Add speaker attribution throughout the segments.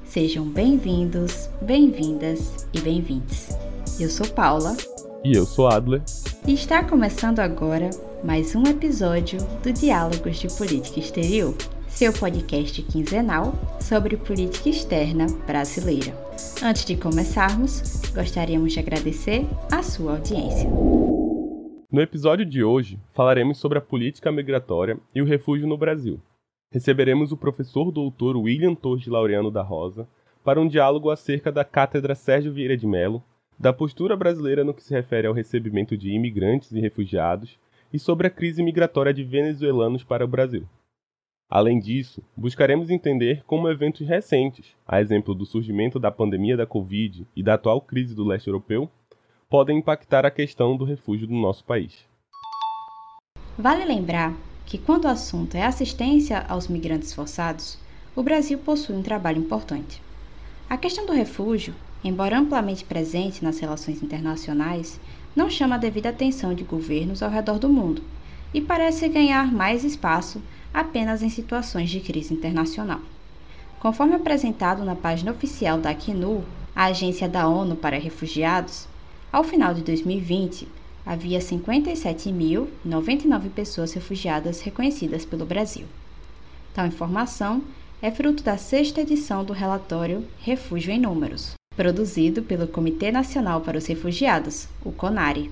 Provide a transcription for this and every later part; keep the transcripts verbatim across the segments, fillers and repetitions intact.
Speaker 1: Sejam bem-vindos, bem-vindas e bem-vindes. Eu sou Paula.
Speaker 2: E eu sou Adler.
Speaker 1: E está começando agora mais um episódio do Diálogos de Política Exterior, seu podcast quinzenal sobre política externa brasileira. Antes de começarmos, gostaríamos de agradecer a sua audiência.
Speaker 2: No episódio de hoje, falaremos sobre a política migratória e o refúgio no Brasil. Receberemos o professor doutor William Torres Laureano da Rosa para um diálogo acerca da Cátedra Sérgio Vieira de Mello, da postura brasileira no que se refere ao recebimento de imigrantes e refugiados e sobre a crise migratória de venezuelanos para o Brasil. Além disso, buscaremos entender como eventos recentes, a exemplo do surgimento da pandemia da Covid e da atual crise do leste europeu, podem impactar a questão do refúgio no nosso país.
Speaker 1: Vale lembrar que quando o assunto é assistência aos migrantes forçados, o Brasil possui um trabalho importante. A questão do refúgio, embora amplamente presente nas relações internacionais, não chama a devida atenção de governos ao redor do mundo e parece ganhar mais espaço apenas em situações de crise internacional. Conforme apresentado na página oficial da Acnur, a Agência da ONU para Refugiados, ao final de dois mil e vinte, havia cinquenta e sete mil e noventa e nove pessoas refugiadas reconhecidas pelo Brasil. Tal informação é fruto da sexta edição do relatório Refúgio em Números, produzido pelo Comitê Nacional para os Refugiados, o CONARE.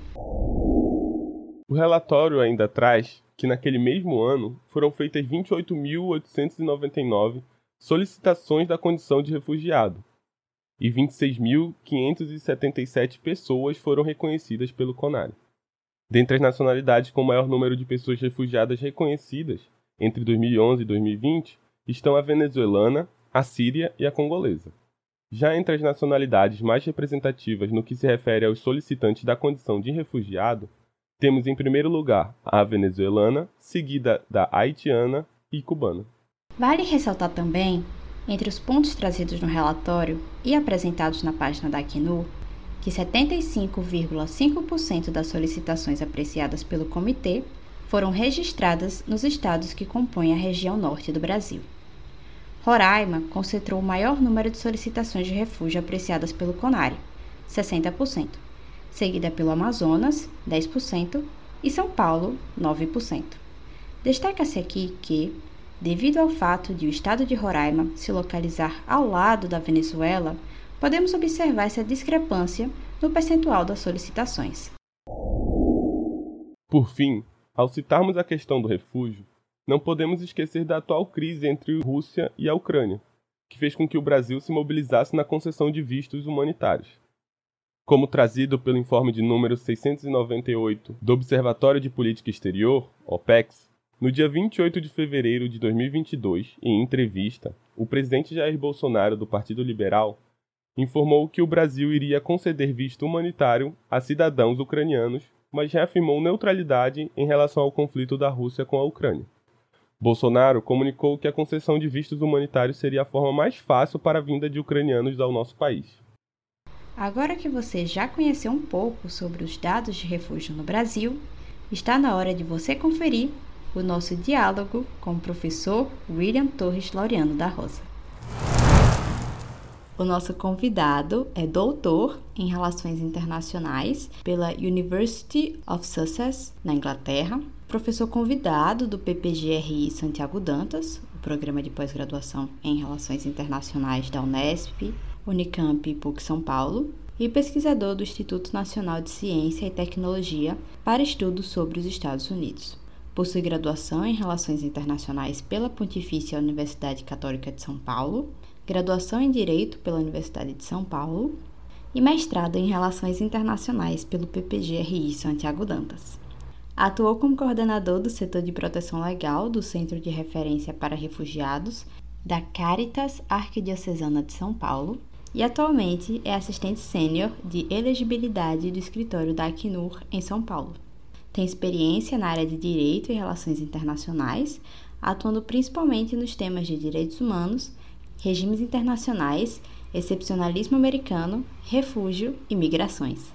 Speaker 2: O relatório ainda traz que naquele mesmo ano foram feitas vinte e oito mil oitocentos e noventa e nove solicitações da condição de refugiado, e vinte e seis mil quinhentas e setenta e sete pessoas foram reconhecidas pelo CONARE. Dentre as nacionalidades com maior número de pessoas refugiadas reconhecidas, entre dois mil e onze e dois mil e vinte, estão a venezuelana, a síria e a congolesa. Já entre as nacionalidades mais representativas no que se refere aos solicitantes da condição de refugiado, temos em primeiro lugar a venezuelana, seguida da haitiana e cubana.
Speaker 1: Vale ressaltar também, entre os pontos trazidos no relatório e apresentados na página da Acnur, que setenta e cinco vírgula cinco por cento das solicitações apreciadas pelo comitê foram registradas nos estados que compõem a região norte do Brasil. Roraima concentrou o maior número de solicitações de refúgio apreciadas pelo CONARE, sessenta por cento, seguida pelo Amazonas, dez por cento, e São Paulo, nove por cento. Destaca-se aqui que, devido ao fato de o estado de Roraima se localizar ao lado da Venezuela, podemos observar essa discrepância no percentual das solicitações.
Speaker 2: Por fim, ao citarmos a questão do refúgio, não podemos esquecer da atual crise entre a Rússia e a Ucrânia, que fez com que o Brasil se mobilizasse na concessão de vistos humanitários. Como trazido pelo informe de número seiscentos e noventa e oito do Observatório de Política Exterior, OPEX, no dia vinte e oito de fevereiro de dois mil e vinte e dois, em entrevista, o presidente Jair Bolsonaro, do Partido Liberal, informou que o Brasil iria conceder visto humanitário a cidadãos ucranianos, mas reafirmou neutralidade em relação ao conflito da Rússia com a Ucrânia. Bolsonaro comunicou que a concessão de vistos humanitários seria a forma mais fácil para a vinda de ucranianos ao nosso país.
Speaker 1: Agora que você já conheceu um pouco sobre os dados de refúgio no Brasil, está na hora de você conferir o nosso diálogo com o professor William Torres Laureano da Rosa. O nosso convidado é doutor em Relações Internacionais pela University of Sussex, na Inglaterra, professor convidado do P P G R I Santiago Dantas, o programa de pós-graduação em Relações Internacionais da Unesp, Unicamp e P U C São Paulo, e pesquisador do Instituto Nacional de Ciência e Tecnologia para estudos sobre os Estados Unidos. Possui graduação em Relações Internacionais pela Pontifícia Universidade Católica de São Paulo, graduação em Direito pela Universidade de São Paulo e mestrado em Relações Internacionais pelo P P G R I Santiago Dantas. Atuou como coordenador do setor de proteção legal do Centro de Referência para Refugiados da Caritas Arquidiocesana de São Paulo e atualmente é assistente sênior de elegibilidade do escritório da Acnur em São Paulo. Tem experiência na área de Direito e Relações Internacionais, atuando principalmente nos temas de direitos humanos, regimes internacionais, excepcionalismo americano, refúgio e migrações.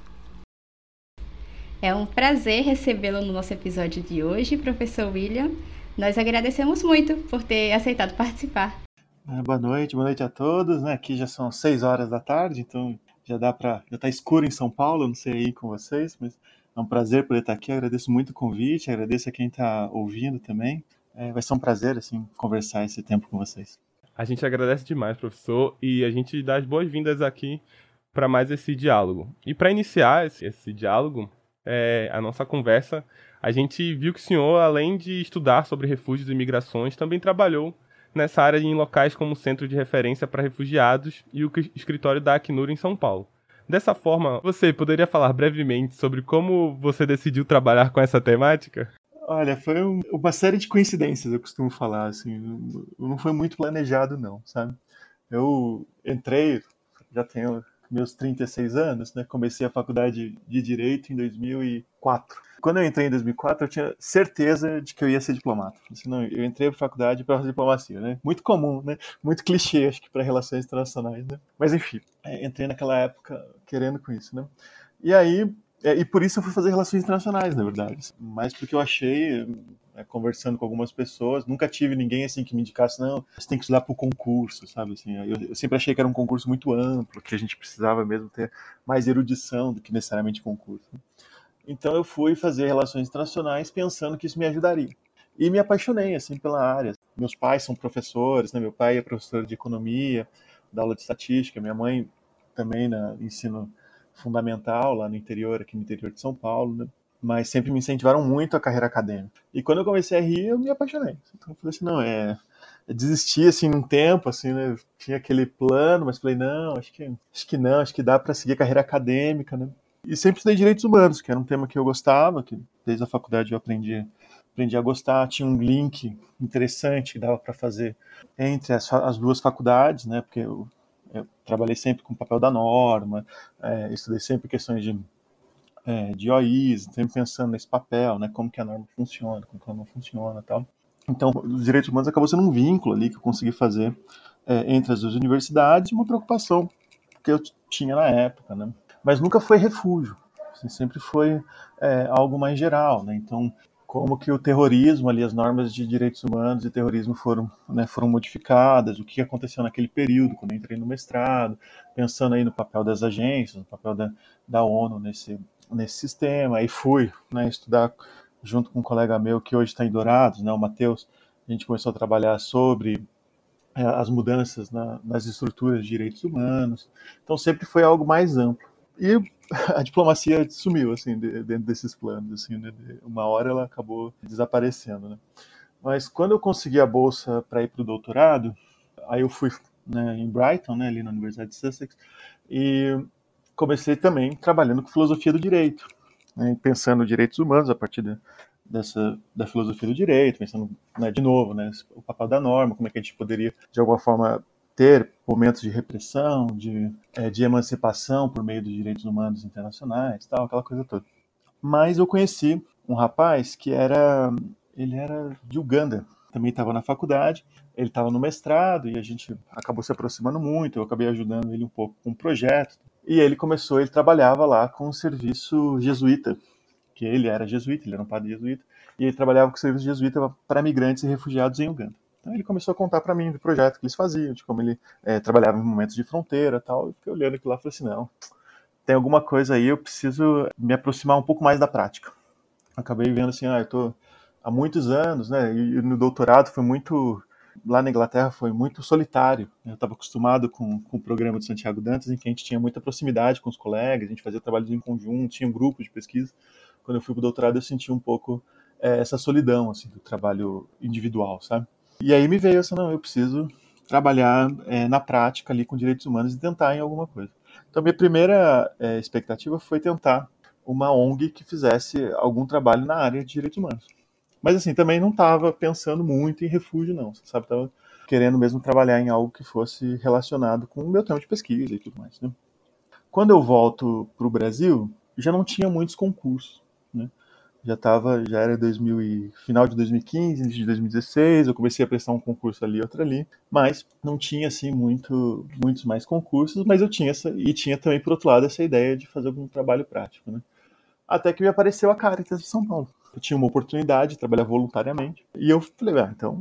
Speaker 1: É um prazer recebê-lo no nosso episódio de hoje, professor William. Nós agradecemos muito por ter aceitado participar.
Speaker 3: É, boa noite, boa noite a todos, né? Aqui já são seis horas da tarde, então já dá para, já tá escuro em São Paulo, não sei aí com vocês, mas é um prazer poder estar aqui. Eu agradeço muito o convite, agradeço a quem está ouvindo também. É, vai ser um prazer assim conversar esse tempo com vocês.
Speaker 2: A gente agradece demais, professor, e a gente dá as boas-vindas aqui para mais esse diálogo. E para iniciar esse, esse diálogo, é, a nossa conversa, a gente viu que o senhor, além de estudar sobre refúgios e migrações, também trabalhou nessa área em locais como Centro de Referência para Refugiados e o escritório da Acnur em São Paulo. Dessa forma, você poderia falar brevemente sobre como você decidiu trabalhar com essa temática?
Speaker 3: Olha, foi um- uma série de coincidências, eu costumo falar, assim, não não foi muito planejado não, sabe? Eu entrei, já tenho meus trinta e seis anos, né? Comecei a faculdade de Direito em dois mil e quatro. Quando eu entrei em dois mil e quatro, eu tinha certeza de que eu ia ser diplomata. Assim, não, eu entrei para a faculdade para diplomacia, né? Muito comum, né? Muito clichê, acho que para relações internacionais, né? Mas enfim, é, entrei naquela época querendo com isso, né? E aí, é, e por isso eu fui fazer relações internacionais, na verdade. Assim, mas porque eu achei, é, conversando com algumas pessoas, nunca tive ninguém assim que me indicasse, não, você tem que estudar para o concurso, sabe? Assim, eu, eu sempre achei que era um concurso muito amplo, que a gente precisava mesmo ter mais erudição do que necessariamente concurso. Então eu fui fazer relações internacionais pensando que isso me ajudaria. E me apaixonei assim pela área. Meus pais são professores, né? Meu pai é professor de economia, dá aula de estatística, minha mãe também na ensino fundamental lá no interior, aqui no interior de São Paulo, né? Mas sempre me incentivaram muito a carreira acadêmica. E quando eu comecei a rir, eu me apaixonei. Então eu falei assim, não, é, eu desisti assim num tempo assim, né? Tinha aquele plano, mas falei, não, acho que acho que não, acho que dá para seguir a carreira acadêmica, né? E sempre estudei direitos humanos, que era um tema que eu gostava, que desde a faculdade eu aprendi aprendi a gostar, tinha um link interessante que dava para fazer entre as, as duas faculdades, né? Porque eu, eu trabalhei sempre com o papel da norma, é, estudei sempre questões de é, de O Is, sempre pensando nesse papel, né, como que a norma funciona, como que ela não funciona e tal. Então, os direitos humanos acabou sendo um vínculo ali que eu consegui fazer é, entre as duas universidades e uma preocupação que eu tinha na época, né. Mas nunca foi refúgio, assim, sempre foi é, algo mais geral, né. Então, como que o terrorismo ali, as normas de direitos humanos e terrorismo foram, né, foram modificadas, o que aconteceu naquele período, quando eu entrei no mestrado, pensando aí no papel das agências, no papel da, da ONU nesse, nesse sistema, aí fui, né, estudar junto com um colega meu que hoje está em Dourados, né, o Matheus, a gente começou a trabalhar sobre é, as mudanças na, nas estruturas de direitos humanos, então sempre foi algo mais amplo. E a diplomacia sumiu, assim, de, dentro desses planos, assim, né, uma hora ela acabou desaparecendo, né. Mas quando eu consegui a bolsa para ir para o doutorado, aí eu fui, né, em Brighton, né, ali na Universidade de Sussex, e comecei também trabalhando com filosofia do direito, né, pensando direitos humanos a partir de, dessa da filosofia do direito, pensando, né, de novo, né, o papel da norma, como é que a gente poderia de alguma forma ter momentos de repressão, de, é, de emancipação por meio dos direitos humanos internacionais, tal, aquela coisa toda. Mas eu conheci um rapaz que era ele era de Uganda, também estava na faculdade, ele estava no mestrado e a gente acabou se aproximando muito, eu acabei ajudando ele um pouco com um projeto. E ele começou, ele trabalhava lá com o serviço jesuíta, que ele era jesuíta, ele era um padre jesuíta, e ele trabalhava com o serviço jesuíta para migrantes e refugiados em Uganda. Então ele começou a contar para mim do projeto que eles faziam, de como ele é, trabalhava em momentos de fronteira e tal, e fiquei olhando aquilo lá e falei assim, não, tem alguma coisa aí, eu preciso me aproximar um pouco mais da prática. Acabei vendo assim, ah, eu tô há muitos anos, né, e no doutorado foi muito, lá na Inglaterra foi muito solitário, eu estava acostumado com, com o programa de Santiago Dantas, em que a gente tinha muita proximidade com os colegas, a gente fazia trabalhos em conjunto, tinha um grupo de pesquisa. Quando eu fui para o doutorado eu senti um pouco é, essa solidão, assim, do trabalho individual, sabe? E aí me veio essa, não, eu preciso trabalhar é, na prática ali com direitos humanos e tentar em alguma coisa. Então, minha primeira é, expectativa foi tentar uma O N G que fizesse algum trabalho na área de direitos humanos. Mas, assim, também não estava pensando muito em refúgio, não. Você sabe, estava querendo mesmo trabalhar em algo que fosse relacionado com o meu tema de pesquisa e tudo mais, né? Quando eu volto para o Brasil, já não tinha muitos concursos, né? Já estava, já era dois mil e, final de dois mil e quinze, início de dois mil e dezesseis, eu comecei a prestar um concurso ali, outro ali, mas não tinha assim muito, muitos mais concursos, mas eu tinha essa, e tinha também por outro lado essa ideia de fazer algum trabalho prático, né? Até que me apareceu a Caritas de São Paulo. Eu tinha uma oportunidade de trabalhar voluntariamente, e eu falei, ah, então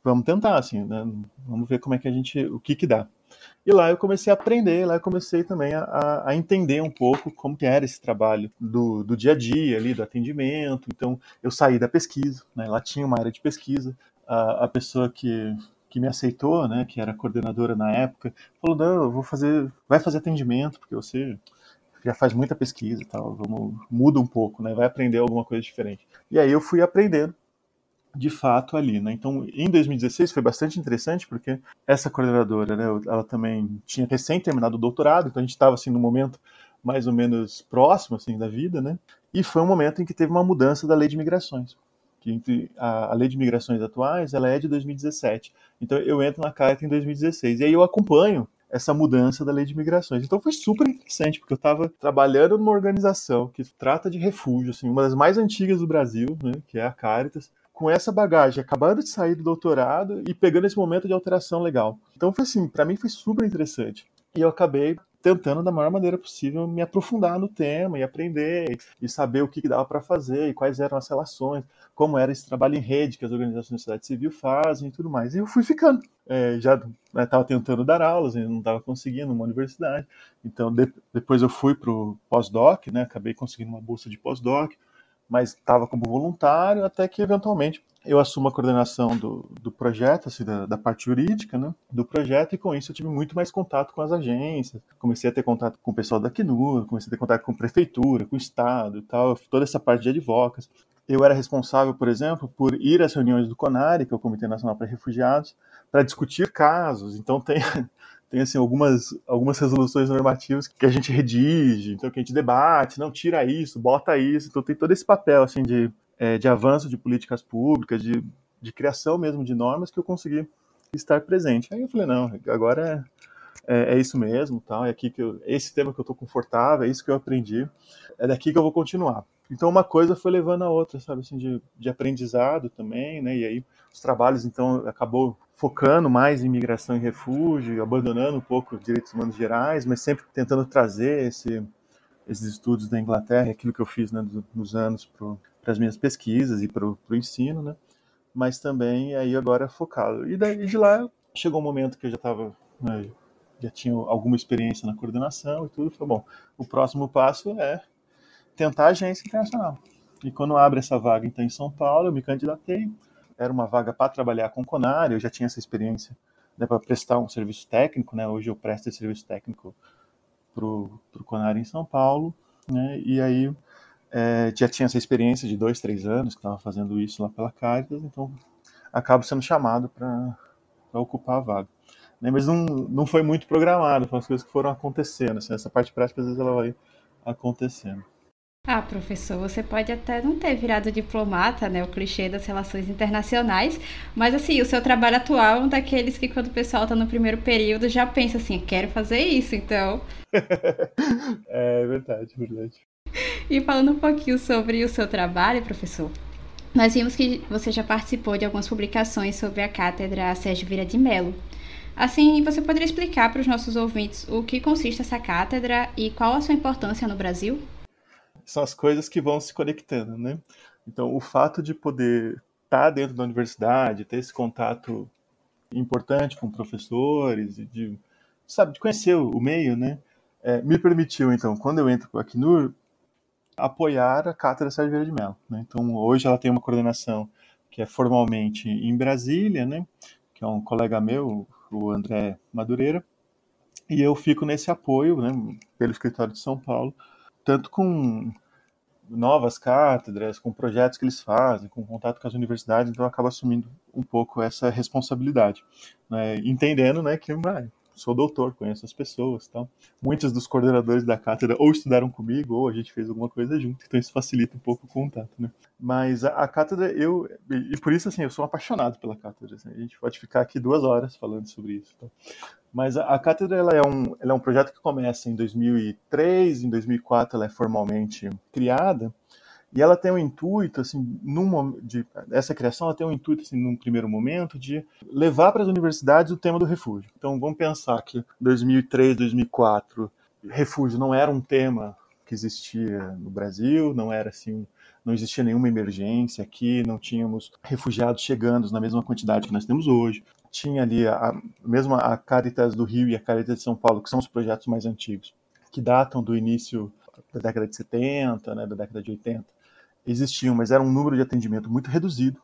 Speaker 3: vamos tentar, assim, né? Vamos ver como é que a gente, o que que dá. E lá eu comecei a aprender, lá eu comecei também a, a entender um pouco como que era esse trabalho do, do dia a dia ali, do atendimento. Então eu saí da pesquisa, né? Lá tinha uma área de pesquisa. A, a pessoa que, que me aceitou, né, que era coordenadora na época, falou, não, eu vou fazer, vai fazer atendimento, porque você já faz muita pesquisa e tal, vamos, muda um pouco, né? Vai aprender alguma coisa diferente. E aí eu fui aprendendo de fato ali, né? Então, em dois mil e dezesseis foi bastante interessante porque essa coordenadora, né, ela também tinha recém terminado o doutorado, então a gente estava assim no momento mais ou menos próximo assim da vida, né? E foi um momento em que teve uma mudança da lei de migrações. Que entre a, a lei de migrações atuais, ela é de dois mil e dezessete. Então eu entro na carta em dois mil e dezesseis e aí eu acompanho essa mudança da lei de migrações. Então foi super interessante, porque eu estava trabalhando numa organização que trata de refúgio, assim, uma das mais antigas do Brasil, né, que é a Caritas, com essa bagagem, acabando de sair do doutorado e pegando esse momento de alteração legal. Então foi assim, para mim foi super interessante. E eu acabei tentando da maior maneira possível me aprofundar no tema e aprender e saber o que dava para fazer e quais eram as relações, como era esse trabalho em rede que as organizações da sociedade civil fazem e tudo mais. E eu fui ficando. É, já estava né, tentando dar aulas, não estava conseguindo numa universidade. Então de, depois eu fui para o pós-doc, né, acabei conseguindo uma bolsa de pós-doc, mas estava como voluntário até que eventualmente eu assumo a coordenação do, do projeto, assim, da, da parte jurídica, né, do projeto, e com isso eu tive muito mais contato com as agências, comecei a ter contato com o pessoal da Acnur, comecei a ter contato com a prefeitura, com o estado e tal, toda essa parte de advocacy. Eu era responsável, por exemplo, por ir às reuniões do CONARE, que é o Comitê Nacional para Refugiados, para discutir casos, então tem... Tem assim, algumas, algumas resoluções normativas que a gente redige, então que a gente debate, não, tira isso, bota isso, então tem todo esse papel assim, de, é, de avanço de políticas públicas, de, de criação mesmo de normas que eu consegui estar presente. Aí eu falei, não, agora é, é, é isso mesmo, tal, é aqui que eu, esse tema que eu estou confortável, é isso que eu aprendi, é daqui que eu vou continuar. Então uma coisa foi levando a outra, sabe, assim, de, de aprendizado também, né, e aí os trabalhos, então, acabou focando mais em migração e refúgio, abandonando um pouco os direitos humanos gerais, mas sempre tentando trazer esse, esses estudos da Inglaterra, aquilo que eu fiz, né, nos anos para as minhas pesquisas e para o ensino, né, mas também aí agora focado. E daí de lá chegou um momento que eu já estava, né, já tinha alguma experiência na coordenação e tudo, falei, bom, o próximo passo é tentar a agência internacional. E quando abre essa vaga, então, em São Paulo, eu me candidatei. Era uma vaga para trabalhar com o CONAR, eu já tinha essa experiência, né, para prestar um serviço técnico, né, hoje eu presto esse serviço técnico para o CONAR em São Paulo, né, e aí é, já tinha essa experiência de dois, três anos que estava fazendo isso lá pela Caritas, então acabo sendo chamado para ocupar a vaga. Né, mas não, não foi muito programado, foram as coisas que foram acontecendo, assim, essa parte prática às vezes ela vai acontecendo.
Speaker 1: Ah, professor, você pode até não ter virado diplomata, né, o clichê das relações internacionais, mas assim, o seu trabalho atual é um daqueles que quando o pessoal está no primeiro período já pensa assim, quero fazer isso, então...
Speaker 3: É verdade, verdade.
Speaker 1: E falando um pouquinho sobre o seu trabalho, professor, nós vimos que você já participou de algumas publicações sobre a cátedra Sérgio Vieira de Mello. Assim, você poderia explicar para os nossos ouvintes o que consiste essa cátedra e qual a sua importância no Brasil?
Speaker 3: São as coisas que vão se conectando, né? Então, o fato de poder estar dentro da universidade, ter esse contato importante com professores, e de, sabe, de conhecer o meio, né? É, me permitiu, então, quando eu entro com a Acnur, apoiar a Cátedra Sérgio Vieira de Mello, né? Então, hoje ela tem uma coordenação que é formalmente em Brasília, né? Que é um colega meu, o André Madureira, e eu fico nesse apoio, né? Pelo escritório de São Paulo, tanto com novas cátedras, com projetos que eles fazem, com contato com as universidades, então eu acabo assumindo um pouco essa responsabilidade, né? Entendendo, né, que ah, sou doutor, conheço as pessoas, tal. Muitos dos coordenadores da cátedra ou estudaram comigo ou a gente fez alguma coisa junto, então isso facilita um pouco o contato, né? Mas a, a cátedra, eu e por isso assim, eu sou apaixonado pela cátedra, assim, a gente pode ficar aqui duas horas falando sobre isso, tá? Mas a, a cátedra ela é, um, ela é um projeto que começa em dois mil e três, em dois mil e quatro ela é formalmente criada, e ela tem um intuito, assim, num, de, essa criação ela tem um intuito, assim, num primeiro momento, de levar para as universidades o tema do refúgio. Então vamos pensar que em dois mil e três, dois mil e quatro, refúgio não era um tema que existia no Brasil, não era assim não existia nenhuma emergência aqui, não tínhamos refugiados chegando na mesma quantidade que nós temos hoje. Tinha ali a, a, mesmo a Caritas do Rio e a Caritas de São Paulo, que são os projetos mais antigos, que datam do início da década de setenta, né, da década de oitenta, existiam, mas era um número de atendimento muito reduzido,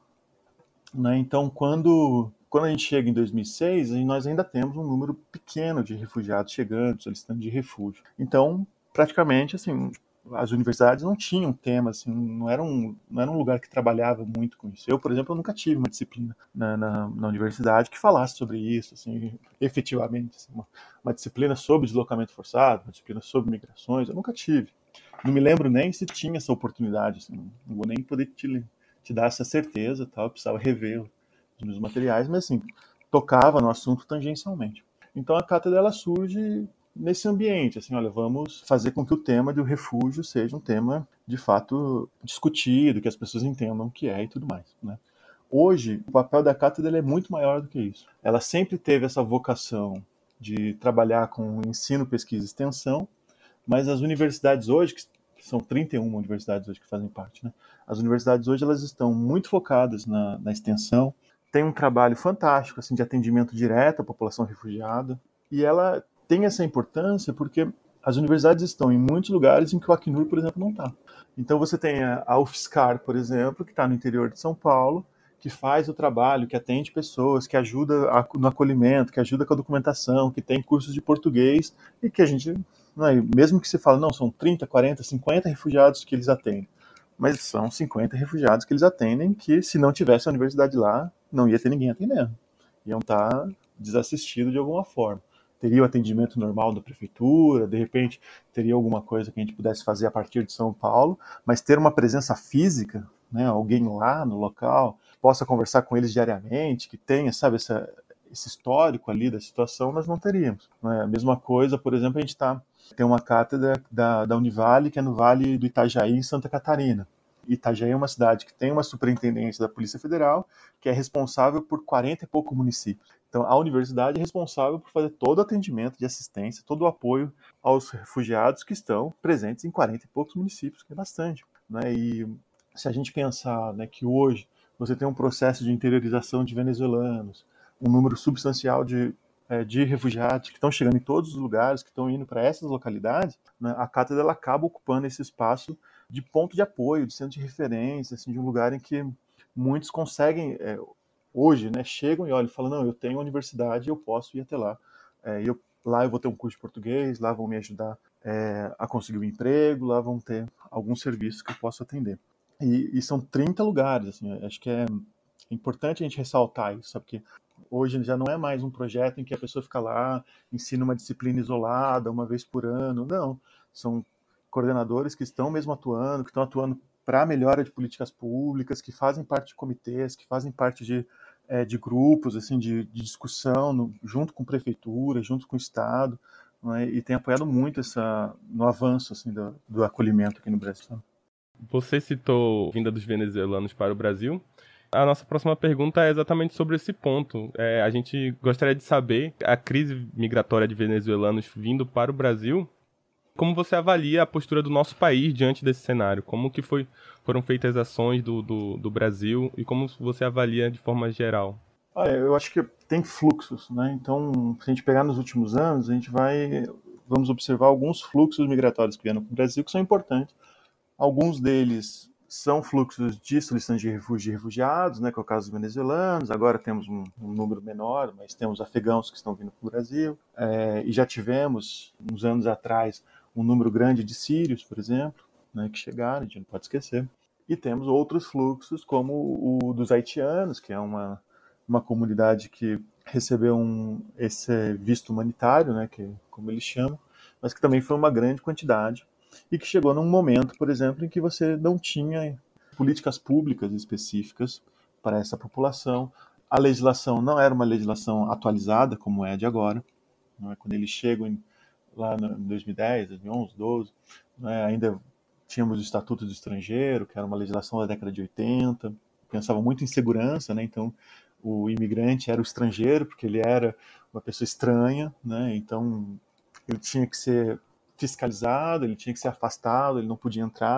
Speaker 3: né? Então, quando, quando a gente chega em dois mil e seis, nós ainda temos um número pequeno de refugiados chegando, solicitando de refúgio. Então, praticamente, assim, as universidades não tinham tema, assim, não era, um, não era um lugar que trabalhava muito com isso. Eu, por exemplo, eu nunca tive uma disciplina na, na, na universidade que falasse sobre isso, assim, efetivamente. Assim, uma, uma disciplina sobre deslocamento forçado, uma disciplina sobre migrações, eu nunca tive. Não me lembro nem se tinha essa oportunidade, assim, não vou nem poder te, te dar essa certeza, tá? Eu precisava rever os meus materiais, mas assim, tocava no assunto tangencialmente. Então a cátedra ela surge nesse ambiente, assim, olha, vamos fazer com que o tema do refúgio seja um tema de fato discutido, que as pessoas entendam o que é e tudo mais, né? Hoje, o papel da cátedra é muito maior do que isso. Ela sempre teve essa vocação de trabalhar com ensino, pesquisa e extensão, mas as universidades hoje, que são trinta e uma universidades hoje que fazem parte, né? As universidades hoje elas estão muito focadas na, na extensão, tem um trabalho fantástico assim, de atendimento direto à população refugiada, e ela tem essa importância porque as universidades estão em muitos lugares em que o Acnur, por exemplo, não está. Então você tem a, a UFSCar, por exemplo, que está no interior de São Paulo, que faz o trabalho, que atende pessoas, que ajuda a, no acolhimento, que ajuda com a documentação, que tem cursos de português, e que a gente, não é, mesmo que se fale, não, são trinta, quarenta, cinquenta refugiados que eles atendem, mas são cinquenta refugiados que eles atendem que, se não tivesse a universidade lá, não ia ter ninguém atendendo. Iam estar desassistidos de alguma forma. Teria o atendimento normal da prefeitura, de repente teria alguma coisa que a gente pudesse fazer a partir de São Paulo, mas ter uma presença física, né, alguém lá no local, possa conversar com eles diariamente, que tenha, sabe, essa, esse histórico ali da situação, nós não teríamos. Né? A mesma coisa, por exemplo, a gente tá, tem uma cátedra da, da Univale, que é no Vale do Itajaí, em Santa Catarina. Itajaí é uma cidade que tem uma superintendência da Polícia Federal, que é responsável por quarenta e poucos municípios. Então, a universidade é responsável por fazer todo o atendimento de assistência, todo o apoio aos refugiados que estão presentes em quarenta e poucos municípios, que é bastante. Né? E se a gente pensar, né, que hoje você tem um processo de interiorização de venezuelanos, um número substancial de, é, de refugiados que estão chegando em todos os lugares, que estão indo para essas localidades, né, a cátedra ela acaba ocupando esse espaço de ponto de apoio, de centro de referência, assim, de um lugar em que muitos conseguem, é, hoje, né, chegam e olham e falam, não, eu tenho uma universidade, eu posso ir até lá. É, eu, lá eu vou ter um curso de português, lá vão me ajudar é, a conseguir um emprego, lá vão ter alguns serviços que eu posso atender. E, e são trinta lugares, assim, acho que é importante a gente ressaltar isso, sabe? Porque hoje já não é mais um projeto em que a pessoa fica lá, ensina uma disciplina isolada, uma vez por ano, não. São coordenadores que estão mesmo atuando, que estão atuando para a melhora de políticas públicas, que fazem parte de comitês, que fazem parte de, é, de grupos assim, de, de discussão, no, junto com prefeitura, junto com o Estado, não é? E tem apoiado muito essa, no avanço assim, do, do acolhimento aqui no Brasil.
Speaker 2: Você citou a vinda dos venezuelanos para o Brasil. A nossa próxima pergunta é exatamente sobre esse ponto. É, a gente gostaria de saber a crise migratória de venezuelanos vindo para o Brasil. Como você avalia a postura do nosso país diante desse cenário? Como que foi, foram feitas as ações do, do, do Brasil e como você avalia de forma geral?
Speaker 3: Ah, eu acho que tem fluxos, né? Então, se a gente pegar nos últimos anos, a gente vai, vamos observar alguns fluxos migratórios que vieram para o Brasil que são importantes. Alguns deles são fluxos de solicitantes de refúgio e refugiados, né, que é o caso dos venezuelanos. Agora temos um, um número menor, mas temos afegãos que estão vindo para o Brasil. É, e já tivemos, uns anos atrás, um número grande de sírios, por exemplo, né, que chegaram, a gente não pode esquecer. E temos outros fluxos, como o dos haitianos, que é uma, uma comunidade que recebeu um, esse visto humanitário, né, que, como eles chamam, mas que também foi uma grande quantidade, e que chegou num momento, por exemplo, em que você não tinha políticas públicas específicas para essa população. A legislação não era uma legislação atualizada, como é de agora. Não é? Quando eles chegam em, lá em dois mil e dez, dois mil e onze, doze, não é? Ainda tínhamos o Estatuto do Estrangeiro, que era uma legislação da década de oitenta, pensava muito em segurança, né? Então o imigrante era o estrangeiro, porque ele era uma pessoa estranha, né? Então ele tinha que ser fiscalizado, ele tinha que ser afastado, ele não podia entrar.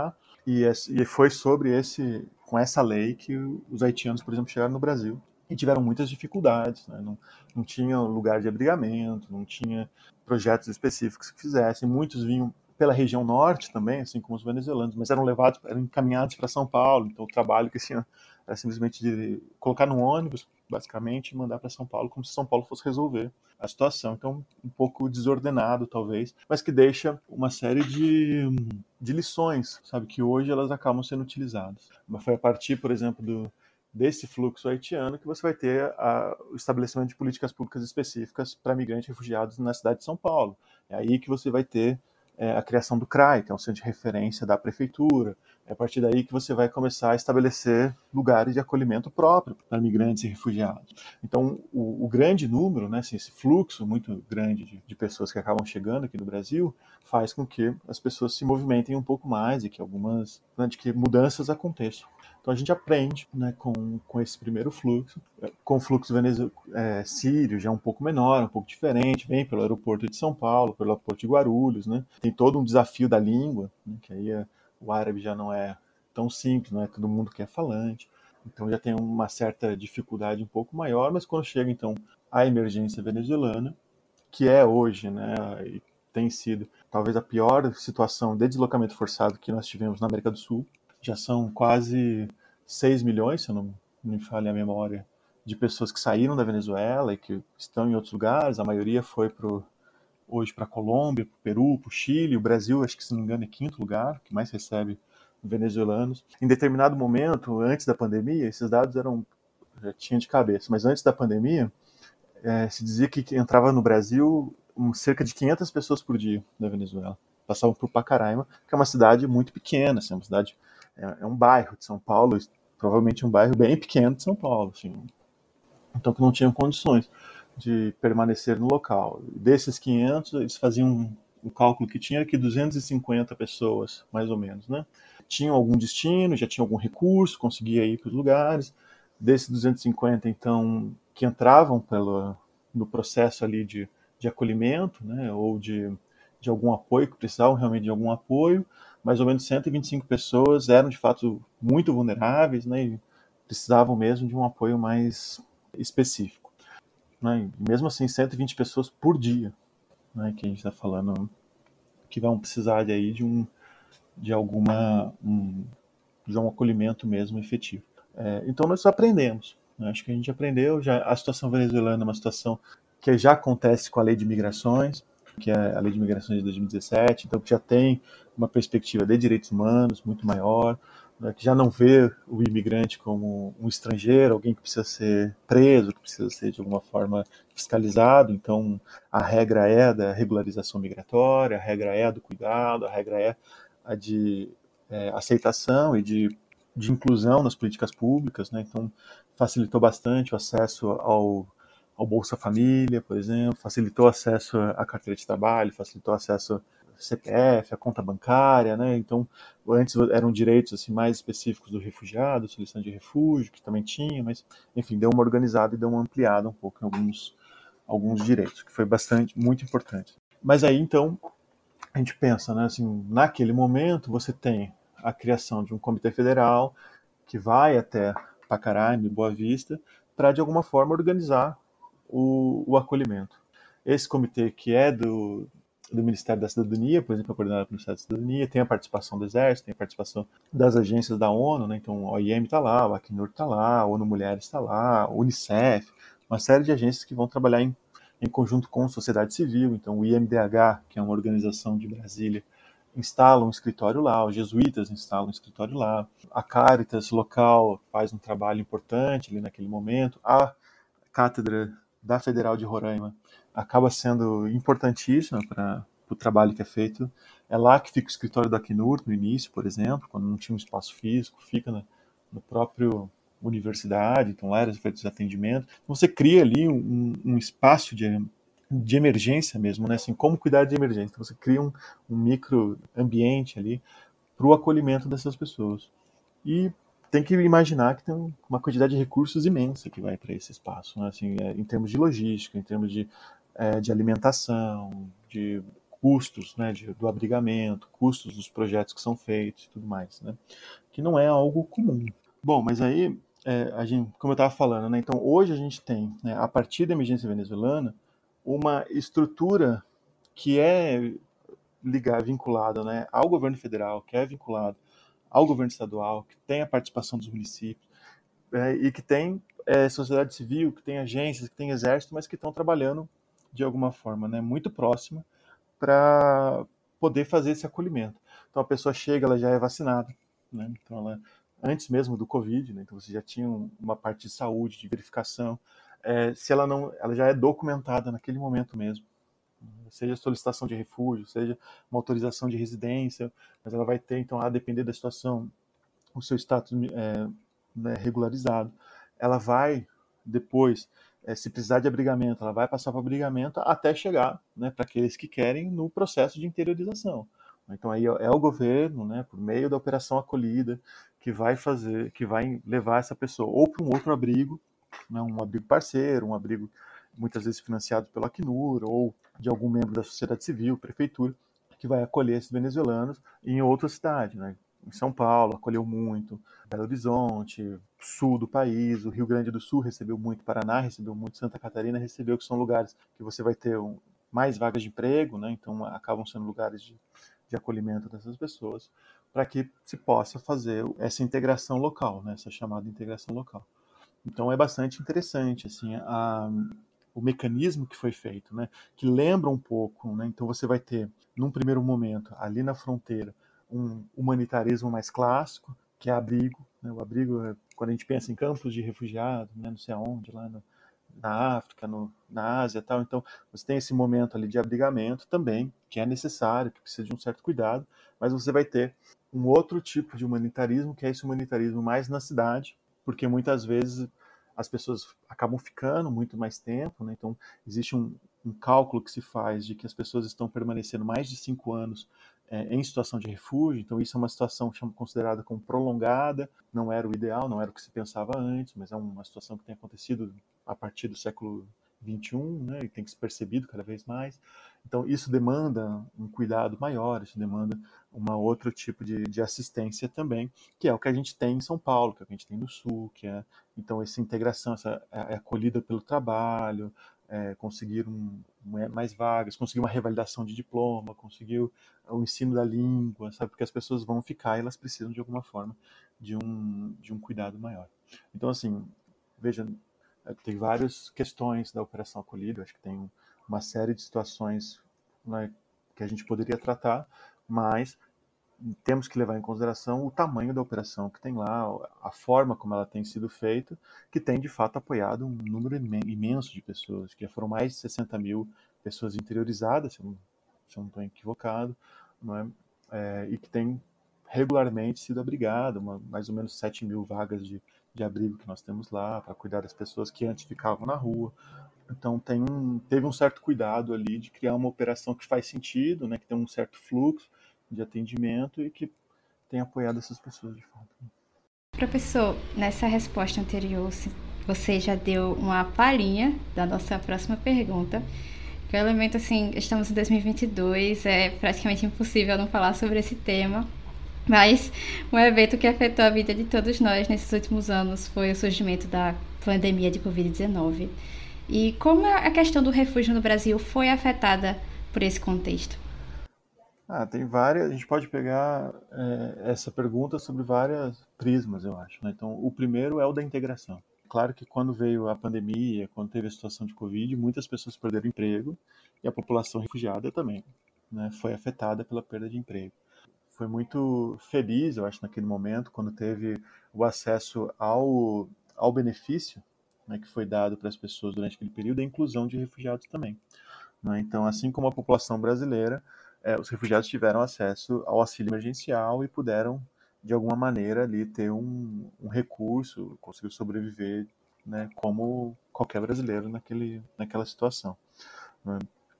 Speaker 3: E, e foi sobre esse, com essa lei que os haitianos, por exemplo, chegaram no Brasil e tiveram muitas dificuldades, né? Não, não tinha lugar de abrigamento, não tinha projetos específicos que fizessem. Muitos vinham pela região norte também, assim como os venezuelanos, mas eram levados, eram encaminhados para São Paulo. Então o trabalho que tinha era simplesmente de colocar num ônibus, basicamente, e mandar para São Paulo, como se São Paulo fosse resolver a situação. Então, um pouco desordenado, talvez, mas que deixa uma série de, de lições, sabe, que hoje elas acabam sendo utilizadas. Mas foi a partir, por exemplo, do, desse fluxo haitiano que você vai ter a, o estabelecimento de políticas públicas específicas para migrantes e refugiados na cidade de São Paulo. É aí que você vai ter é, a criação do C R A I, que é um centro de referência da prefeitura. É a partir daí que você vai começar a estabelecer lugares de acolhimento próprio para migrantes e refugiados. Então, o, o grande número, né, assim, esse fluxo muito grande de, de pessoas que acabam chegando aqui no Brasil, faz com que as pessoas se movimentem um pouco mais e que algumas, né, de que mudanças aconteçam. Então a gente aprende, né, com, com esse primeiro fluxo, com o fluxo venezuelano, é, sírio já é um pouco menor, um pouco diferente, vem pelo aeroporto de São Paulo, pelo aeroporto de Guarulhos, né, tem todo um desafio da língua, né, que aí é, o árabe já não é tão simples, não é todo mundo que é falante, então já tem uma certa dificuldade um pouco maior, mas quando chega então a emergência venezuelana, que é hoje, né, e tem sido talvez a pior situação de deslocamento forçado que nós tivemos na América do Sul, já são quase seis milhões, se eu não me falha a memória, de pessoas que saíram da Venezuela e que estão em outros lugares. A maioria foi pro, hoje para a Colômbia, para o Peru, para o Chile. O Brasil, acho que se não me engano, é quinto lugar, que mais recebe venezuelanos. Em determinado momento, antes da pandemia, esses dados eram, já tinha de cabeça, mas antes da pandemia, é, se dizia que entrava no Brasil um, cerca de quinhentas pessoas por dia da Venezuela. Passavam por Pacaraima, que é uma cidade muito pequena, assim, uma cidade é, é um bairro de São Paulo, provavelmente um bairro bem pequeno de São Paulo, assim, então que não tinham condições de permanecer no local. Desses quinhentos, eles faziam um, um cálculo que tinha que duzentas e cinquenta pessoas, mais ou menos, né? Tinham algum destino, já tinham algum recurso, conseguia ir para os lugares. Desses duzentos e cinquenta, então, que entravam pelo, no processo ali de, de acolhimento, né, ou de, de algum apoio, que precisavam realmente de algum apoio, mais ou menos cento e vinte e cinco pessoas eram de fato muito vulneráveis, né, e precisavam mesmo de um apoio mais específico, né, e mesmo assim cento e vinte pessoas por dia, né, que a gente está falando que vão precisar de, aí de um de alguma um, de um acolhimento mesmo efetivo. É, então nós aprendemos, né, acho que a gente aprendeu, já a situação venezuelana é uma situação que já acontece com a lei de migrações, que é a lei de migrações de dois mil e dezessete, então que já tem uma perspectiva de direitos humanos muito maior, né, que já não vê o imigrante como um estrangeiro, alguém que precisa ser preso, que precisa ser de alguma forma fiscalizado. Então a regra é a da regularização migratória, a regra é a do cuidado, a regra é a de é, aceitação e de, de inclusão nas políticas públicas, né? Então facilitou bastante o acesso ao ao Bolsa Família, por exemplo, facilitou o acesso à carteira de trabalho, facilitou o acesso ao C P F, à conta bancária, né? Então, antes eram direitos assim mais específicos do refugiado, solicitação de refúgio, que também tinha, mas, enfim, deu uma organizada e deu uma ampliada um pouco em alguns, alguns direitos, que foi bastante, muito importante. Mas aí, então, a gente pensa, né, assim, naquele momento você tem a criação de um comitê federal que vai até Pacaraima e Boa Vista para, de alguma forma, organizar O, o acolhimento. Esse comitê, que é do, do Ministério da Cidadania, por exemplo, é coordenado pelo Ministério da Cidadania, tem a participação do Exército, tem a participação das agências da ONU, né? Então a O I M está lá, o Acnur está lá, a ONU Mulheres está lá, a Unicef, uma série de agências que vão trabalhar em, em conjunto com a sociedade civil. Então o I M D H, que é uma organização de Brasília, instala um escritório lá, os jesuítas instalam um escritório lá, a Caritas local faz um trabalho importante ali naquele momento, a cátedra da Federal de Roraima acaba sendo importantíssima para o trabalho que é feito. É lá que fica o escritório da Acnur no início, por exemplo, quando não tinha um espaço físico, fica na no próprio universidade, então lá era feito os atendimentos. Então você cria ali um, um espaço de, de emergência mesmo, né? Assim, como cuidar de emergência. Então você cria um, um micro ambiente ali para o acolhimento dessas pessoas. E tem que imaginar que tem uma quantidade de recursos imensa que vai para esse espaço, né? Assim, é, em termos de logística, em termos de, é, de alimentação, de custos, né, de, do abrigamento, custos dos projetos que são feitos e tudo mais, né, que não é algo comum. Bom, mas aí, é, a gente, como eu estava falando, né, então hoje a gente tem, né, a partir da emergência venezuelana, uma estrutura que é ligada, vinculada, né, ao governo federal, que é vinculado ao governo estadual, que tem a participação dos municípios, é, e que tem é, sociedade civil, que tem agências, que tem exército, mas que estão trabalhando de alguma forma, né, muito próxima para poder fazer esse acolhimento. Então a pessoa chega, ela já é vacinada, né, então ela antes mesmo do Covid, né, então você já tinha uma parte de saúde, de verificação, é, se ela não, ela já é documentada naquele momento mesmo, seja solicitação de refúgio, seja uma autorização de residência, mas ela vai ter, então, a depender da situação, o seu status é, né, regularizado. Ela vai, depois, é, se precisar de abrigamento, ela vai passar para abrigamento até chegar, né, para aqueles que querem, no processo de interiorização. Então, aí é o governo, né, por meio da operação acolhida, que vai fazer, que vai levar essa pessoa ou para um outro abrigo, né, um abrigo parceiro, um abrigo muitas vezes financiado pelo Acnur ou de algum membro da sociedade civil, prefeitura, que vai acolher esses venezuelanos em outra cidade, né? Em São Paulo acolheu muito, Belo Horizonte, sul do país, o Rio Grande do Sul recebeu muito, Paraná recebeu muito, Santa Catarina recebeu, que são lugares que você vai ter um, mais vagas de emprego, né? Então acabam sendo lugares de, de acolhimento dessas pessoas, para que se possa fazer essa integração local, né? Essa chamada integração local. Então é bastante interessante assim a, o mecanismo que foi feito, né? Que lembra um pouco, né? Então você vai ter, num primeiro momento, ali na fronteira, um humanitarismo mais clássico, que é abrigo, né? O abrigo, quando a gente pensa em campos de refugiados, né? Não sei aonde, lá no, na África, no, na Ásia e tal, então você tem esse momento ali de abrigamento também, que é necessário, que precisa de um certo cuidado, mas você vai ter um outro tipo de humanitarismo, que é esse humanitarismo mais na cidade, porque muitas vezes as pessoas acabam ficando muito mais tempo, né? Então existe um, um cálculo que se faz de que as pessoas estão permanecendo mais de cinco anos é, em situação de refúgio, então isso é uma situação considerada como prolongada, não era o ideal, não era o que se pensava antes, mas é uma situação que tem acontecido a partir do século vinte e um, né, e tem que ser percebido cada vez mais. Então isso demanda um cuidado maior, isso demanda um outro tipo de, de assistência também, que é o que a gente tem em São Paulo, que é o que a gente tem no Sul, que é então essa integração, essa é acolhida pelo trabalho, é, conseguir um, mais vagas, conseguir uma revalidação de diploma, conseguir o, o ensino da língua, sabe? Porque as pessoas vão ficar e elas precisam de alguma forma de um, de um cuidado maior. Então, assim, veja, tem várias questões da operação acolhida, acho que tem uma série de situações, né, que a gente poderia tratar, mas temos que levar em consideração o tamanho da operação que tem lá, a forma como ela tem sido feita, que tem de fato apoiado um número imenso de pessoas, que foram mais de sessenta mil pessoas interiorizadas, se eu não, se eu não estou equivocado, não é? É, e que tem regularmente sido abrigado, uma, mais ou menos sete mil vagas de, de abrigo que nós temos lá, para cuidar das pessoas que antes ficavam na rua. Então tem um, teve um certo cuidado ali de criar uma operação que faz sentido, né, que tem um certo fluxo de atendimento e que tem apoiado essas pessoas de fato.
Speaker 1: Professor, nessa resposta anterior, você já deu uma palhinha da nossa próxima pergunta. Que o elemento, assim, estamos em dois mil e vinte e dois, é praticamente impossível não falar sobre esse tema, mas um evento que afetou a vida de todos nós nesses últimos anos foi o surgimento da pandemia de covid dezenove. E como a questão do refúgio no Brasil foi afetada por esse contexto?
Speaker 3: Ah, tem várias. A gente pode pegar é, essa pergunta sobre várias prismas, eu acho, né? Então, o primeiro é o da integração. Claro que quando veio a pandemia, quando teve a situação de Covid, muitas pessoas perderam emprego e a população refugiada também, né, foi afetada pela perda de emprego. Foi muito feliz, eu acho, naquele momento, quando teve o acesso ao, ao benefício, né, que foi dado para as pessoas durante aquele período, a inclusão de refugiados também, né? Então, assim como a população brasileira, eh, os refugiados tiveram acesso ao auxílio emergencial e puderam, de alguma maneira, ali ter um, um recurso, conseguiu sobreviver, né, como qualquer brasileiro naquele, naquela situação, né?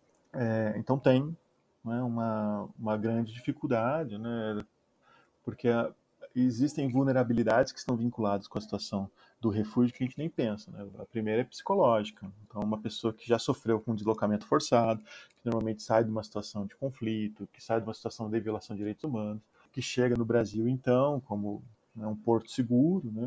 Speaker 3: É, então tem, né, uma, uma grande dificuldade, né, porque a, existem vulnerabilidades que estão vinculadas com a situação do refúgio que a gente nem pensa, né? A primeira é psicológica. Então, uma pessoa que já sofreu com deslocamento forçado, que normalmente sai de uma situação de conflito, que sai de uma situação de violação de direitos humanos, que chega no Brasil, então, como, né, um porto seguro, né?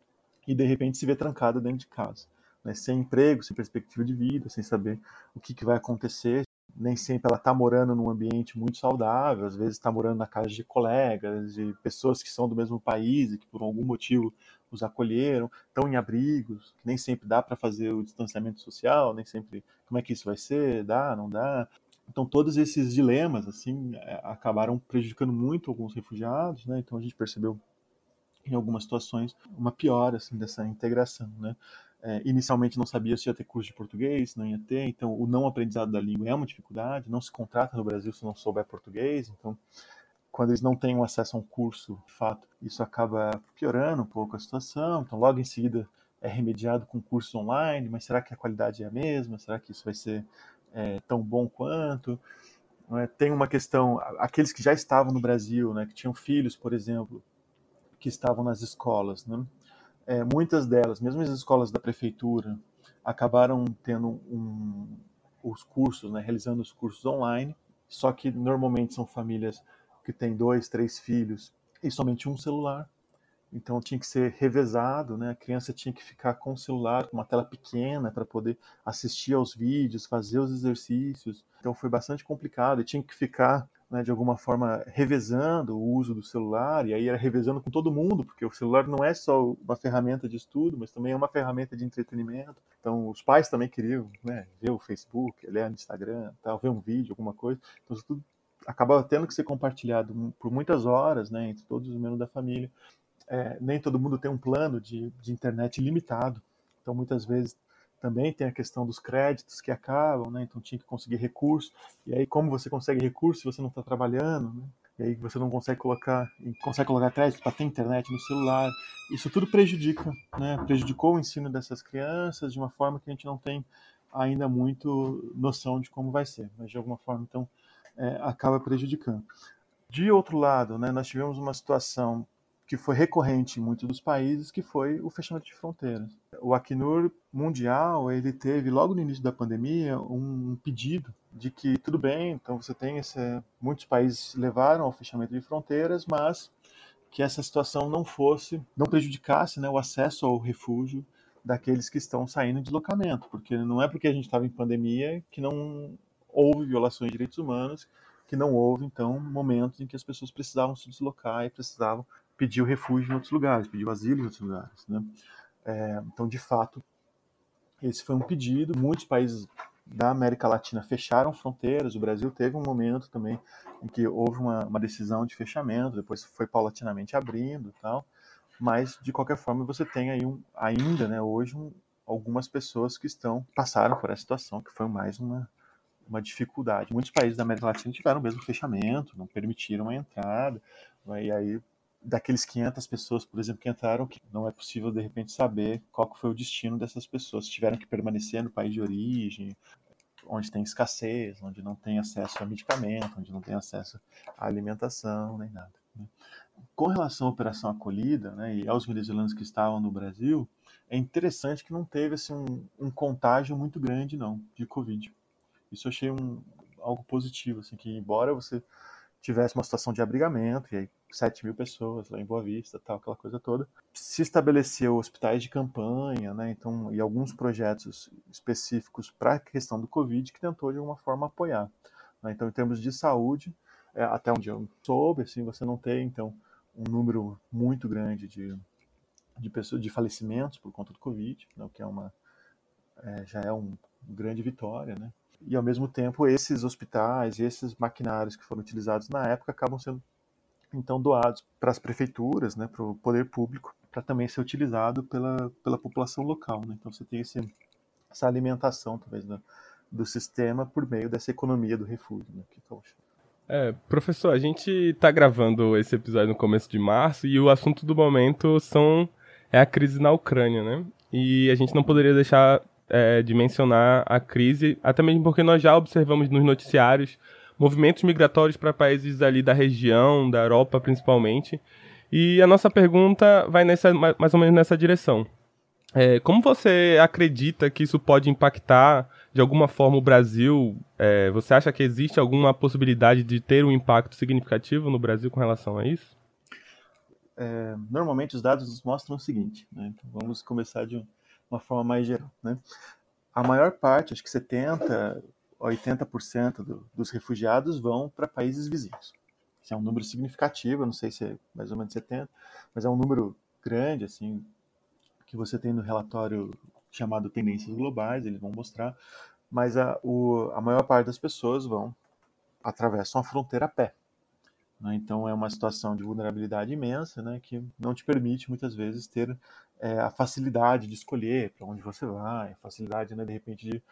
Speaker 3: E de repente se vê trancada dentro de casa, né? Sem emprego, sem perspectiva de vida, sem saber o que, que vai acontecer. Nem sempre ela está morando num ambiente muito saudável, às vezes está morando na casa de colegas, de pessoas que são do mesmo país e que por algum motivo os acolheram, estão em abrigos, que nem sempre dá para fazer o distanciamento social, nem sempre, como é que isso vai ser, dá, não dá. Então todos esses dilemas assim acabaram prejudicando muito alguns refugiados, né? Então a gente percebeu em algumas situações uma piora assim, dessa integração, né? É, inicialmente não sabia se ia ter curso de português, não ia ter, então o não aprendizado da língua é uma dificuldade, não se contrata no Brasil se não souber português, então quando eles não têm um acesso a um curso, de fato, isso acaba piorando um pouco a situação, então logo em seguida é remediado com cursos online, mas será que a qualidade é a mesma? Será que isso vai ser é, tão bom quanto? É, tem uma questão, aqueles que já estavam no Brasil, né, que tinham filhos, por exemplo, que estavam nas escolas, né? É, muitas delas, mesmo as escolas da prefeitura, acabaram tendo um, os cursos, né, realizando os cursos online, só que normalmente são famílias que têm dois, três filhos e somente um celular. Então tinha que ser revezado, né? A criança tinha que ficar com o celular, com uma tela pequena para poder assistir aos vídeos, fazer os exercícios. Então foi bastante complicado e tinha que ficar, né, de alguma forma revezando o uso do celular, e aí era revezando com todo mundo, porque o celular não é só uma ferramenta de estudo, mas também é uma ferramenta de entretenimento. Então os pais também queriam, né, ver o Facebook, ler no Instagram, tal, ver um vídeo, alguma coisa. Então isso tudo acabava tendo que ser compartilhado por muitas horas, né, entre todos os membros da família. É, nem todo mundo tem um plano de, de internet limitado, então muitas vezes também tem a questão dos créditos que acabam, né? Então tinha que conseguir recurso, e aí como você consegue recurso se você não está trabalhando, né? E aí você não consegue colocar, consegue colocar crédito para ter internet no celular, isso tudo prejudica, né? Prejudicou o ensino dessas crianças de uma forma que a gente não tem ainda muito noção de como vai ser, mas de alguma forma então é, acaba prejudicando. De outro lado, né, nós tivemos uma situação que foi recorrente em muitos dos países, que foi o fechamento de fronteiras. O Acnur Mundial, ele teve, logo no início da pandemia, um pedido de que, tudo bem, então você tem esse... Muitos países levaram ao fechamento de fronteiras, mas que essa situação não fosse, não prejudicasse, né, o acesso ao refúgio daqueles que estão saindo em deslocamento, porque não é porque a gente estava em pandemia que não houve violações de direitos humanos, que não houve, então, momentos em que as pessoas precisavam se deslocar e precisavam pedir o refúgio em outros lugares, pedir o asilo em outros lugares, né? É, então, de fato, esse foi um pedido. Muitos países da América Latina fecharam fronteiras. O Brasil teve um momento também em que houve uma, uma decisão de fechamento, depois foi paulatinamente abrindo e tal. Mas, de qualquer forma, você tem aí um, ainda, né, hoje, um, algumas pessoas que estão passaram por essa situação, que foi mais uma, uma dificuldade. Muitos países da América Latina tiveram mesmo fechamento, não permitiram a entrada, e aí daqueles quinhentas pessoas, por exemplo, que entraram, que não é possível, de repente, saber qual foi o destino dessas pessoas. Tiveram que permanecer no país de origem, onde tem escassez, onde não tem acesso a medicamento, onde não tem acesso à alimentação, nem nada, né? Com relação à Operação Acolhida, né, e aos venezuelanos que estavam no Brasil, é interessante que não teve assim, um, um contágio muito grande, não, de Covid. Isso eu achei um, algo positivo, assim, que embora você tivesse uma situação de abrigamento, e aí sete mil pessoas lá em Boa Vista, tal, aquela coisa toda, se estabeleceu hospitais de campanha, né, então, e alguns projetos específicos para a questão do Covid que tentou de alguma forma apoiar, né? Então, em termos de saúde, é, até onde eu soube, assim, você não tem, então, um número muito grande de, de pessoas, de falecimentos por conta do Covid, né, o que é uma, é, já é uma grande vitória, né? E, ao mesmo tempo, esses hospitais e esses maquinários que foram utilizados na época acabam sendo, então, doados para as prefeituras, né, para o poder público, para também ser utilizado pela, pela população local, né? Então, você tem esse, essa alimentação, talvez, do, do sistema por meio dessa economia do refúgio, né? Que eu acho.
Speaker 2: É, professor, a gente está gravando esse episódio no começo de março e o assunto do momento são, é a crise na Ucrânia, né? E a gente não poderia deixar é, de mencionar a crise, até mesmo porque nós já observamos nos noticiários movimentos migratórios para países ali da região, da Europa principalmente, E a nossa pergunta vai nessa, mais ou menos nessa direção. É, como você acredita que isso pode impactar de alguma forma o Brasil? É, você acha que existe alguma possibilidade de ter um impacto significativo no Brasil com relação a isso?
Speaker 3: É, normalmente os dados nos mostram o seguinte, né? Então, vamos começar de uma forma mais geral, né? A maior parte, acho que setenta, oitenta por cento do, dos refugiados vão para países vizinhos. Isso é um número significativo, eu não sei se é mais ou menos setenta, mas é um número grande, assim, que você tem no relatório chamado Tendências Globais, eles vão mostrar, mas a, o, a maior parte das pessoas vão, atravessam a fronteira a pé. Né? Então é uma situação de vulnerabilidade imensa, né, que não te permite muitas vezes ter é, a facilidade de escolher para onde você vai, a facilidade, né, de repente, de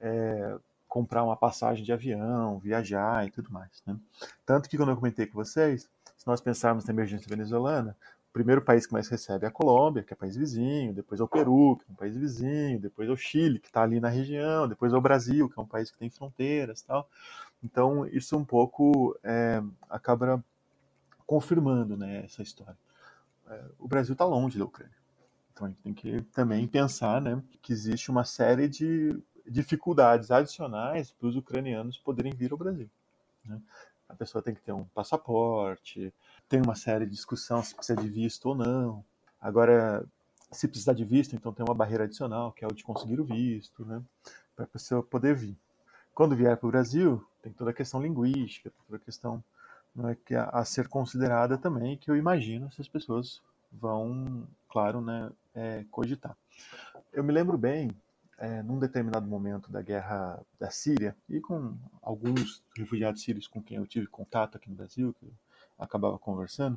Speaker 3: é, comprar uma passagem de avião, viajar e tudo mais. Né? Tanto que quando eu comentei com vocês, se nós pensarmos na emergência venezuelana, o primeiro país que mais recebe é a Colômbia, que é país vizinho, depois é o Peru, que é um país vizinho, depois é o Chile, que está ali na região, depois é o Brasil, que é um país que tem fronteiras, tal. Então isso um pouco é, acaba confirmando, né, essa história. É, o Brasil está longe da Ucrânia. Então a gente tem que também pensar, né, que existe uma série de dificuldades adicionais para os ucranianos poderem vir ao Brasil. Né? A pessoa tem que ter um passaporte, tem uma série de discussão se precisa de visto ou não. Agora, se precisar de visto, então tem uma barreira adicional, que é o de conseguir o visto, né, para a pessoa poder vir. Quando vier para o Brasil, tem toda a questão linguística, toda a questão, não é, que a, a ser considerada também, que eu imagino se as pessoas vão, claro, né, é, cogitar. Eu me lembro bem, é, num determinado momento da guerra da Síria, e com alguns refugiados sírios com quem eu tive contato aqui no Brasil, que eu acabava conversando,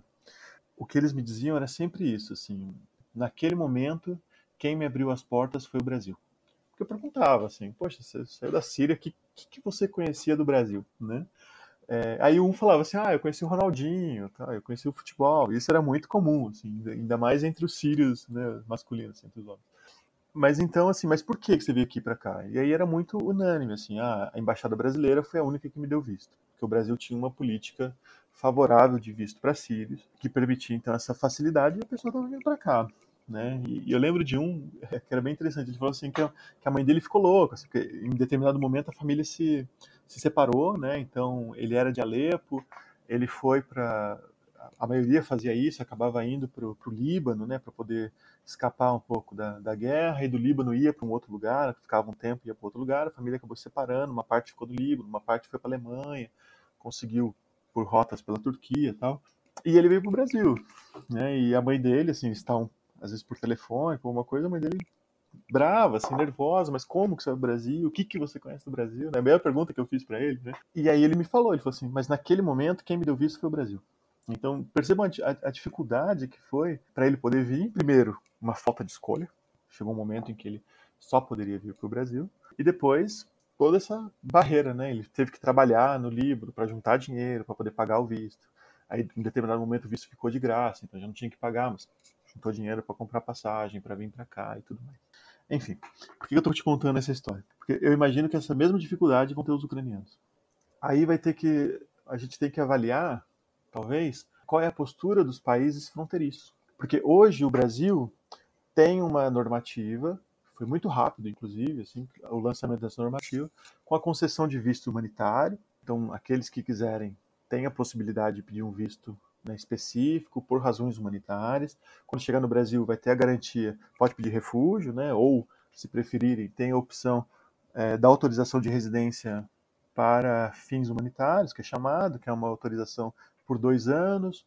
Speaker 3: o que eles me diziam era sempre isso, assim, naquele momento, quem me abriu as portas foi o Brasil. Porque eu perguntava assim, poxa, você saiu da Síria, o que, que, que você conhecia do Brasil, né? É, aí um falava assim, ah, eu conheci o Ronaldinho, tá? Eu conheci o futebol. Isso era muito comum, assim, ainda mais entre os sírios, né, masculinos, assim, entre os homens. Mas então, assim, mas por que que você veio aqui para cá? E aí era muito unânime, assim, ah, a embaixada brasileira foi a única que me deu visto, porque o Brasil tinha uma política favorável de visto para sírios, que permitia então essa facilidade e a pessoa estava vindo para cá. Né? E, e eu lembro de um que era bem interessante. Ele falou assim que a, que a mãe dele ficou louca, assim, porque em determinado momento a família se, se separou, né? Então ele era de Alepo, ele foi para a maioria fazia isso, acabava indo para o Líbano, né, para poder escapar um pouco da, da guerra, e do Líbano ia para um outro lugar, ficava um tempo e ia para outro lugar, a família acabou se separando, uma parte ficou no Líbano, uma parte foi para a Alemanha, conseguiu por rotas pela Turquia e tal, e ele veio para o Brasil, né, e a mãe dele, assim, eles estavam às vezes por telefone, por alguma coisa, a mãe dele brava, assim, nervosa, mas como que você é do Brasil? O que que você conhece do Brasil? É a mesma pergunta que eu fiz para ele, né? E aí ele me falou, ele falou assim, mas naquele momento quem me deu visto foi o Brasil. Então, percebam a, a dificuldade que foi para ele poder vir. Primeiro, uma falta de escolha. Chegou um momento em que ele só poderia vir para o Brasil. E depois, toda essa barreira, né? Ele teve que trabalhar no Líbano para juntar dinheiro, para poder pagar o visto. Aí, em determinado momento, o visto ficou de graça, então já não tinha que pagar, mas juntou dinheiro para comprar passagem, para vir para cá e tudo mais. Enfim, por que eu estou te contando essa história? Porque eu imagino que essa mesma dificuldade vão ter os ucranianos. Aí vai ter que, a gente tem que avaliar, talvez, qual é a postura dos países fronteiriços. Porque hoje o Brasil tem uma normativa, foi muito rápido, inclusive, assim, o lançamento dessa normativa, com a concessão de visto humanitário. Então, aqueles que quiserem têm a possibilidade de pedir um visto, né, específico, por razões humanitárias. Quando chegar no Brasil, vai ter a garantia, pode pedir refúgio, né, ou, se preferirem, tem a opção é, da autorização de residência para fins humanitários, que é chamado, que é uma autorização por dois anos,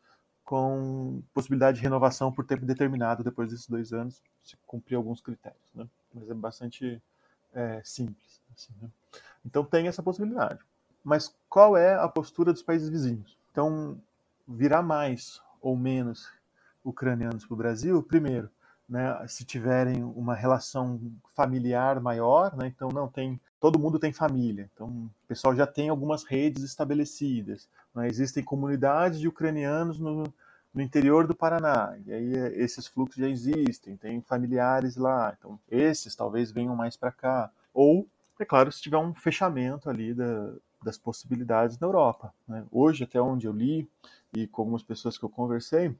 Speaker 3: com possibilidade de renovação por tempo determinado depois desses dois anos, se cumprir alguns critérios. Né? Mas é bastante é, simples. Assim, né? Então tem essa possibilidade. Mas qual é a postura dos países vizinhos? Então, virá mais ou menos ucranianos para o Brasil, primeiro, né, se tiverem uma relação familiar maior, né, então não tem, todo mundo tem família, então o pessoal já tem algumas redes estabelecidas, né, existem comunidades de ucranianos no, no interior do Paraná, e aí esses fluxos já existem, tem familiares lá, então esses talvez venham mais para cá, ou, é claro, se tiver um fechamento ali da, das possibilidades na Europa. Né? Hoje, até onde eu li, e com algumas pessoas que eu conversei,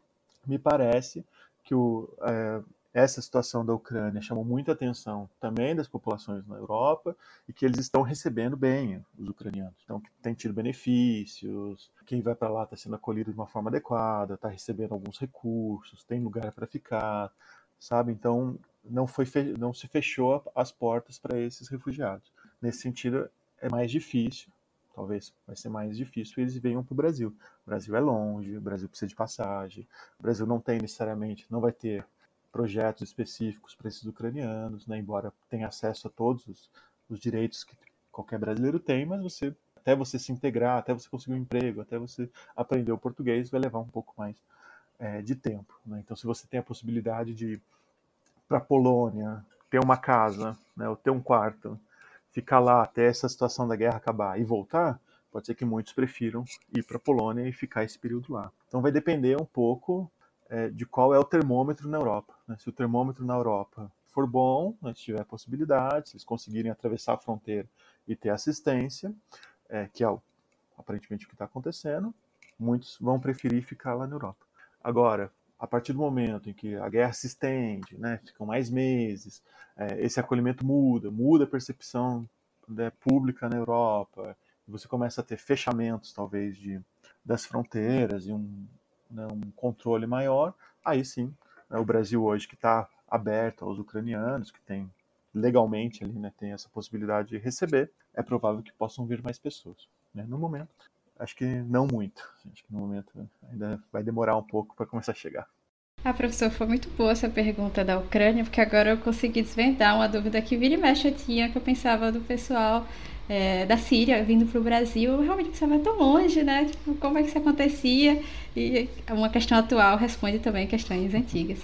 Speaker 3: Me parece que o, é, essa situação da Ucrânia chamou muita atenção também das populações na Europa e que eles estão recebendo bem os ucranianos. Então, que tem tido benefícios, quem vai para lá está sendo acolhido de uma forma adequada, está recebendo alguns recursos, tem lugar para ficar, sabe? Então, não, foi fe... não se fechou as portas para esses refugiados. Nesse sentido, é mais difícil, talvez vai ser mais difícil, eles venham para o Brasil. O Brasil é longe, o Brasil precisa de passagem, o Brasil não tem necessariamente, não vai ter projetos específicos para esses ucranianos, né? Embora tenha acesso a todos os, os direitos que qualquer brasileiro tem, mas você, até você se integrar, até você conseguir um emprego, até você aprender o português, vai levar um pouco mais é, de tempo, né? Então, se você tem a possibilidade de ir para a Polônia, ter uma casa, né, ou ter um quarto, ficar lá até essa situação da guerra acabar e voltar, pode ser que muitos prefiram ir para a Polônia e ficar esse período lá. Então vai depender um pouco é, de qual é o termômetro na Europa, né? Se o termômetro na Europa for bom, né, se tiver possibilidade, se eles conseguirem atravessar a fronteira e ter assistência, é, que é o, aparentemente o que está acontecendo, muitos vão preferir ficar lá na Europa. Agora, a partir do momento em que a guerra se estende, né, ficam mais meses, é, esse acolhimento muda, muda a percepção, né, pública na Europa, você começa a ter fechamentos, talvez, de, das fronteiras e um, né, um controle maior, aí sim, né, o Brasil hoje que está aberto aos ucranianos, que tem legalmente ali, né, tem essa possibilidade de receber, é provável que possam vir mais pessoas. Né? No momento, acho que não muito. Acho que no momento ainda vai demorar um pouco para começar a chegar.
Speaker 1: Ah, professor, foi muito boa essa pergunta da Ucrânia, porque agora eu consegui desvendar uma dúvida que vira e mexe eu tinha, que eu pensava do pessoal é, da Síria vindo para o Brasil. Eu realmente pensava, tão longe, né? Tipo, como é que isso acontecia? E uma questão atual responde também questões antigas.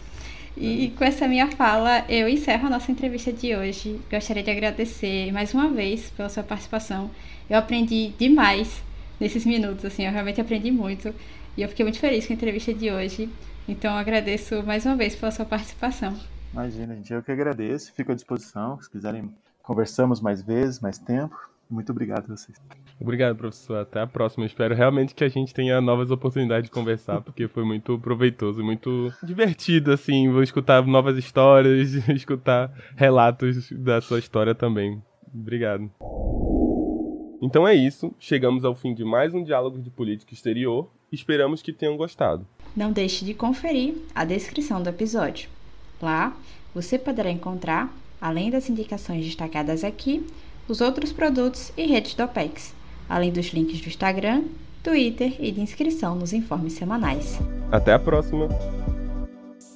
Speaker 1: E com essa minha fala, eu encerro a nossa entrevista de hoje. Gostaria de agradecer mais uma vez pela sua participação. Eu aprendi demais nesses minutos, assim, eu realmente aprendi muito e eu fiquei muito feliz com a entrevista de hoje, então eu agradeço mais uma vez pela sua participação.
Speaker 3: Imagina, gente, eu que agradeço, fico à disposição, se quiserem conversamos mais vezes, mais tempo, muito obrigado a vocês.
Speaker 2: Obrigado, professor, até a próxima, eu espero realmente que a gente tenha novas oportunidades de conversar, porque foi muito proveitoso, muito divertido, assim, vou escutar novas histórias, escutar relatos da sua história também. Obrigado. Então é isso, chegamos ao fim de mais um Diálogo de Política Exterior, esperamos que tenham gostado.
Speaker 1: Não deixe de conferir a descrição do episódio. Lá, você poderá encontrar, além das indicações destacadas aqui, os outros produtos e redes do OPEX, além dos links do Instagram, Twitter e de inscrição nos informes semanais.
Speaker 2: Até a próxima!